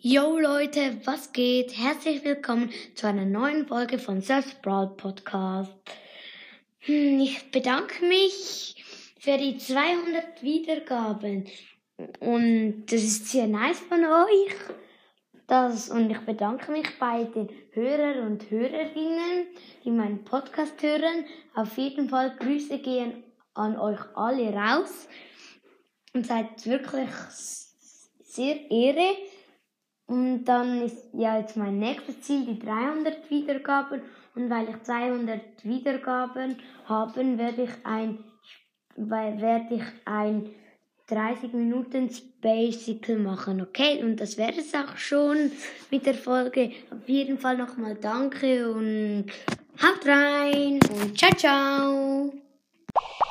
Yo Leute, was geht? Herzlich willkommen zu einer neuen Folge von Surf's Brawl Podcast. Ich bedanke mich für die 200 Wiedergaben und das ist sehr nice von euch. Und ich bedanke mich bei den Hörern und Hörerinnen, die meinen Podcast hören. Auf jeden Fall Grüße gehen an euch alle raus und seid wirklich sehr Ehre. Und dann ist ja jetzt mein nächstes Ziel die 300 Wiedergaben. Und weil ich 200 Wiedergaben habe, werde ich ein 30 Minuten Spaceicle machen, okay? Und das wäre es auch schon mit der Folge. Auf jeden Fall nochmal danke und haut rein und ciao, ciao!